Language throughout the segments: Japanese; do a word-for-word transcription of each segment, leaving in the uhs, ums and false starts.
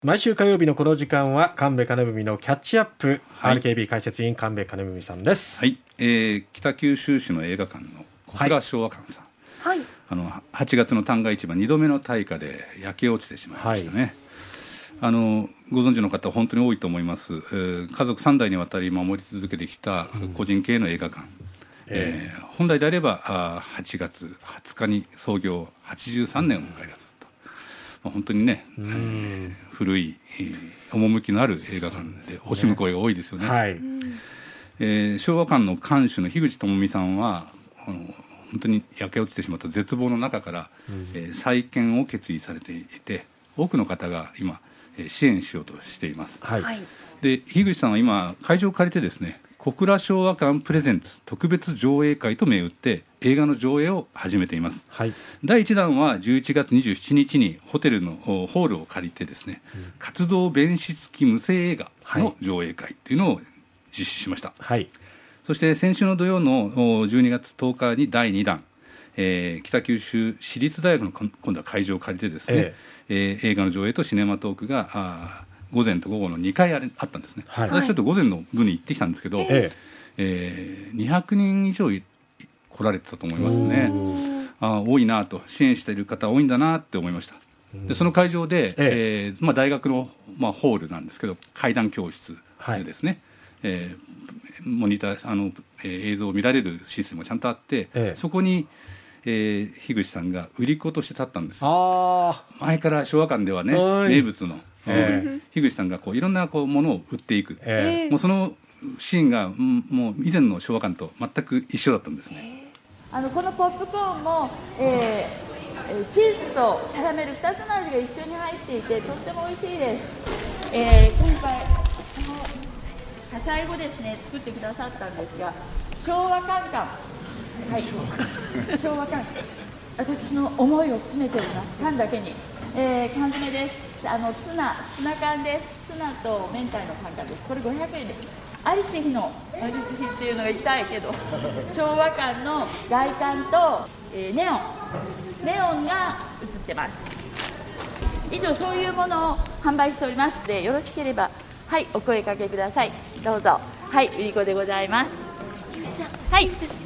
毎週火曜日のこの時間は神戸金文のキャッチアップ、 はい、 アールケービー 解説委員神戸金文さんです。 はい、えー、北九州市の映画館の小倉昭和館さん、 はい、 あのはちがつの旦過市場にどめの大火で焼け落ちてしまいましたね、はい、あのご存知の方は本当に多いと思います、えー、家族さん代にわたり守り続けてきた個人経営の映画館、うんえー、本来であればあはちがつはつかに創業はちじゅうさんねんを迎えるはずだと、まあ、本当にね、えー、古い、えー、趣のある映画館で惜しむ声が多いですよね、はいえー、昭和館の館主の樋口智美さんはあの本当に焼け落ちてしまった絶望の中から、うんえー、再建を決意されていて、多くの方が今、えー、支援しようとしています、はい、で樋口さんは今会場を借りてですね、小倉昭和館プレゼンツ特別上映会と銘打って映画の上映を始めています、はい、だいいちだんはじゅういちがつにじゅうしちにちにホテルのホールを借りてですね、うん、活動弁士付き無声映画の上映会というのを実施しました、はい、そして先週の土曜のじゅうにがつとおかにだいにだん、えー、北九州市立大学の今度は会場を借りてですね、えーえー、映画の上映とシネマトークがあ午前と午後のにかいあったんですね、はい、私ちょっと午前の部に行ってきたんですけど、えーえー、にひゃくにん以上来られてたと思いますね。あ多いなと、支援している方多いんだなって思いました。でその会場で、えーまあ、大学の、まあ、ホールなんですけど階段教室でですね、はいえー、モニターあの、えー、映像を見られるシステムがちゃんとあって、えー、そこにえー、樋口さんが売り子として立ったんですよ。あ前から昭和館ではね名物の、えー、樋口さんがこういろんなこうものを売っていく、えー、もうそのシーンがもう以前の昭和館と全く一緒だったんですね。 あのこのポップコーンも、えー、チーズとキャラメルふたつの味が一緒に入っていてとっても美味しいです、えー、今回この火災後ですね作ってくださったんですが昭和館館はい、昭和館私の思いを詰めております缶だけに、えー、缶詰ですあのツナツナ缶ですツナと明太の缶缶ですこれごひゃくえんですアリス比のアリス比っていうのが言いたいけど昭和館の外観と、えー、ネオンネオンが映ってます以上そういうものを販売しておりますのでよろしければはいお声かけくださいどうぞはい売り子でございますはい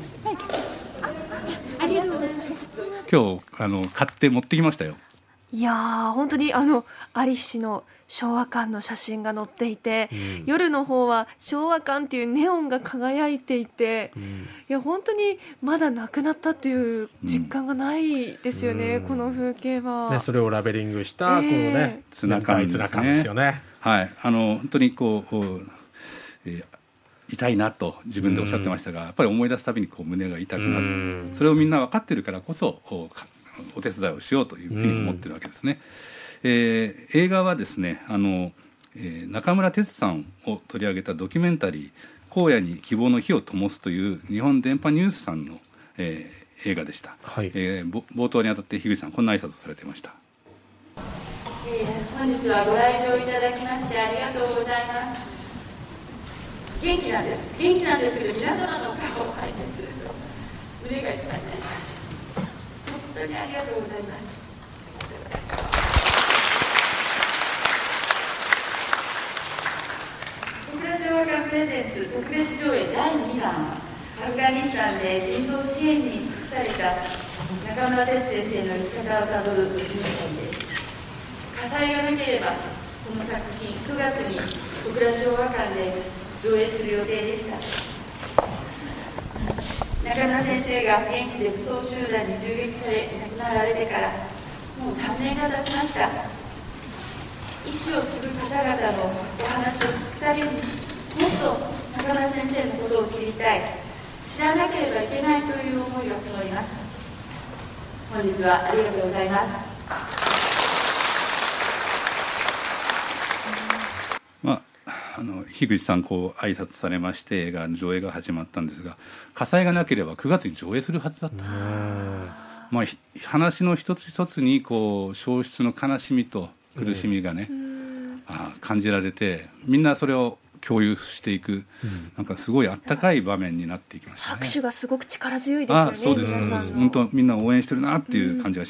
ありがとうございます今日あの買って持ってきましたよ。 いやー本当にあのアリ氏の昭和館の写真が載っていて、うん、夜の方は昭和館っていうネオンが輝いていて、うん、いや本当にまだなくなったという実感がないですよね、うん、この風景は、 ね、それをラベリングしたこのね、 えー、ツナ缶ですね。 ですよね。 はい、あの本当にこう、えー痛いなと自分でおっしゃってましたが、やっぱり思い出すたびにこう胸が痛くなる。それをみんな分かっているからこそお手伝いをしようというふうに思ってるわけですね。えー、映画はですねあの、えー、中村哲さんを取り上げたドキュメンタリー荒野に希望の火を灯すという日本電波ニュースさんの、えー、映画でした、はいえー、冒頭にあたって樋口さんこんな挨拶をされていました。 えー、本日はご来場いただきましてありがとうございます。元気なんです元気なんですけど皆様の顔を拝見すると胸がいっぱいになります本当にありがとうございます。小倉昭和館プレゼンツ特別上映だいにだんはアフガニスタンで人道支援に尽くされた中村哲先生の生き方をたどるドキュメンタリーです。火災がなければこの作品くがつに小倉昭和館で上映する予定でした。中村先生が現地で武装集団に銃撃され亡くなられてからもうさんねんが経ちました。意思を継ぐ方々のお話を聞くたびにもっと中村先生のことを知りたい知らなければいけないという思いが募ります。本日はありがとうございます。 あの樋口さんこう挨拶されまして映画の上映が始まったんですが火災がなければくがつに上映するはずだった。まあ、話の一つ一つにこう消失の悲しみと苦しみがね、あ感じられてみんなそれを共有していく、うん、なんかすごいあったかい場面になっていきましたね。 拍手がすごく力強いですよね。 あそうです、そうです本当みんな応援してるなっていう感じがしました。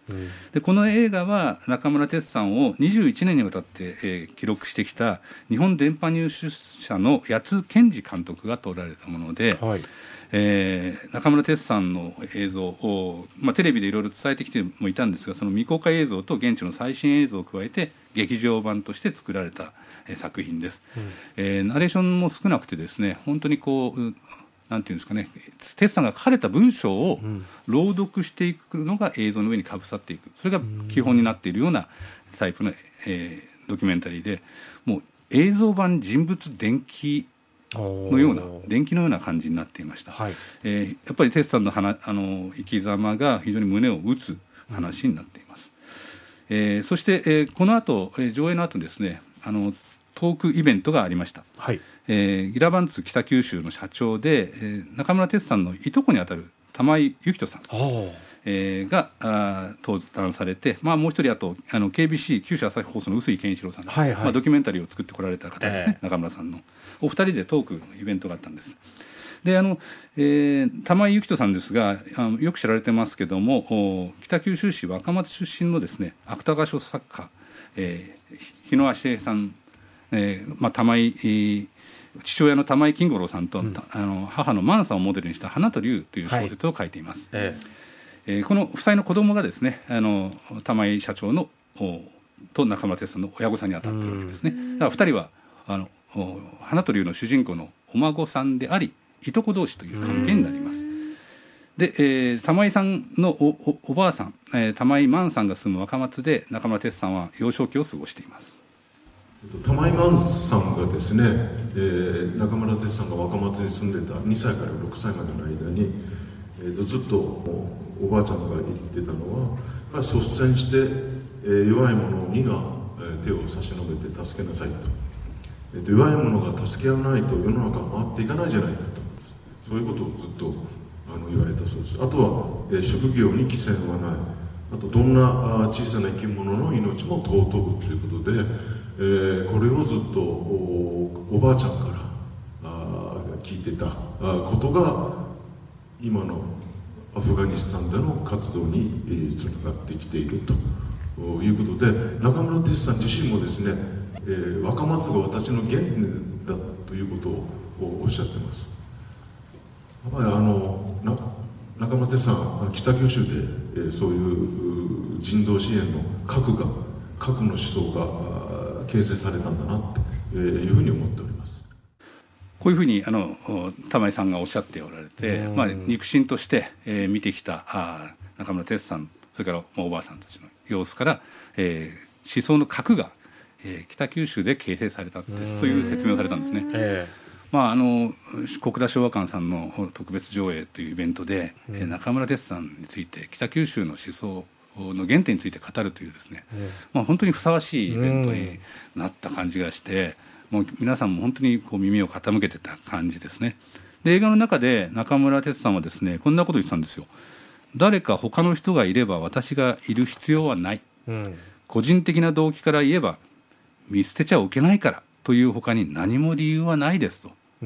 うん、でこの映画は中村哲さんをにじゅういちねんにわたって、えー、記録してきた日本電波入手者の八津健二監督が撮られたもので、はい、えー、中村哲さんの映像を、まあ、テレビでいろいろ伝えてきてもいたんですが、その未公開映像と現地の最新映像を加えて劇場版として作られた、えー、作品です、うん、えー、ナレーションも少なくてですね、本当にこうなんていうんですかね、哲さんが書かれた文章を朗読していくのが映像の上にかぶさっていく、それが基本になっているようなタイプの、えー、ドキュメンタリーで、もう映像版人物伝記のような伝記のような感じになっていました、はい、えー、やっぱり哲さんの話あの生き様が非常に胸を打つ話になっています、うん、えー、そして、えー、この後、えー、上映の後ですね、あのトークイベントがありました、はい、えー、ギラバンツ北九州の社長で、えー、中村哲さんのいとこにあたる玉井幸人さん、えー、があ登壇されて、まあ、もう一人あとあの ケービーシー 九州朝日放送の臼井健一郎さん、はいはい、まあ、ドキュメンタリーを作ってこられた方ですね、えー、中村さんのお二人でトークのイベントがあったんです。であの、えー、玉井幸人さんですが、あのよく知られてますけども、北九州市若松出身のですね芥川賞作家、えー、日野芦江さん、えーまあ、玉井、えー、父親の玉井金五郎さんと、うん、あの母の万さんをモデルにした花と竜という小説を書いています、はい、えーえー、この夫妻の子供がですね、あの玉井社長のと中村哲さんの親御さんに当たっているわけですね。だからふたりはあの花と竜の主人公のお孫さんでありいとこ同士という関係になります。で、えー、玉井さんの お, お, おばあさん、えー、玉井万さんが住む若松で中村哲さんは幼少期を過ごしています。 玉井万さんがですね、えー、中村哲さんが若松に住んでたにさいからろくさいまでの間に、えー、ずっとおばあちゃんが言ってたのは、率先して、えー、弱い者にが、えー、手を差し伸べて助けなさいと、えー、弱い者が助け合わないと世の中は回っていかないじゃないかと、そういうことをずっとあの言われたそうです。あとは、えー、職業に規制はない、あとどんなあ小さな生き物の命も尊ぶということで、えー、これをずっと お, おばあちゃんからあ聞いてたあことが今のアフガニスタンでの活動に、えー、つながってきているということで、中村哲さん自身もですね、えー、若松が私の原点だということをおっしゃってます。やっぱりあのな中村哲さん、北九州で、えー、そういう人道支援の核が核の思想が形成されたんだなというふうに思っております。 こういうふうにあの玉井さんがおっしゃっておられて、まあ、肉親として、えー、見てきたあ中村哲さん、それから、まあ、おばあさんたちの様子から、えー、思想の核が、えー、北九州で形成されたんですという説明をされたんですね。えーまあ、あの小倉昭和館さんの特別上映というイベントで、えー、中村哲さんについて北九州の思想の原点について語るというですね、うんまあ、本当にふさわしいイベントになった感じがして、もう皆さんも本当にこう耳を傾けてた感じですね。で映画の中で中村哲さんはですね、こんなことを言ってたんですよ。誰か他の人がいれば私がいる必要はない、うん、個人的な動機から言えば見捨てちゃおけないからという他に何も理由はないですと、うん、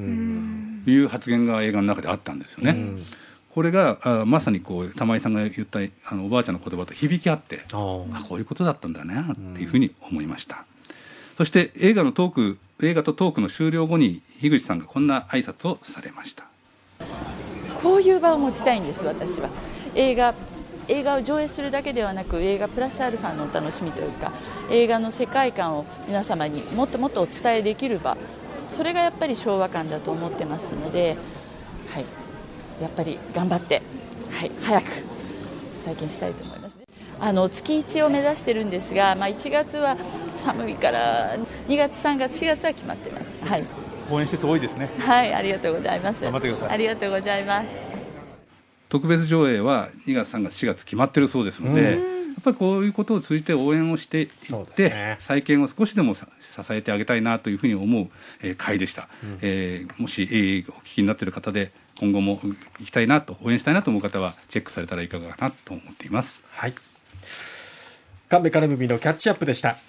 いう発言が映画の中であったんですよね、うん、これがあまさにこう玉井さんが言ったあのおばあちゃんの言葉と響き合って、ああこういうことだったんだねっていうふうに思いました、うん、そして映画のトーク映画とトークの終了後に樋口さんがこんな挨拶をされました。 こういう場を持ちたいんです。私は映画映画を上映するだけではなく、映画プラスアルファのお楽しみというか、映画の世界観を皆様にもっともっとお伝えできる場、それがやっぱり昭和館だと思ってますので、はい、やっぱり頑張って、はい、早く再建したいと思います。あの月いちを目指してるんですが、まあ、いちがつは寒いからにがつさんがつしがつは決まってます、はい、 応援して人多いですね。 はい、ありがとうございます。 頑張ってください。 ありがとうございます。 特別上映はにがつさんがつしがつ決まってるそうですので、やっぱりこういうことを通じて応援をしていって、ね、再建を少しでも支えてあげたいなというふうに思う、えー、会でした、うんえー、もし、えー、お聞きになっている方で今後も行きたいなと応援したいなと思う方はチェックされたらいかがかなと思っています。 はい、神戸金文のキャッチアップでした。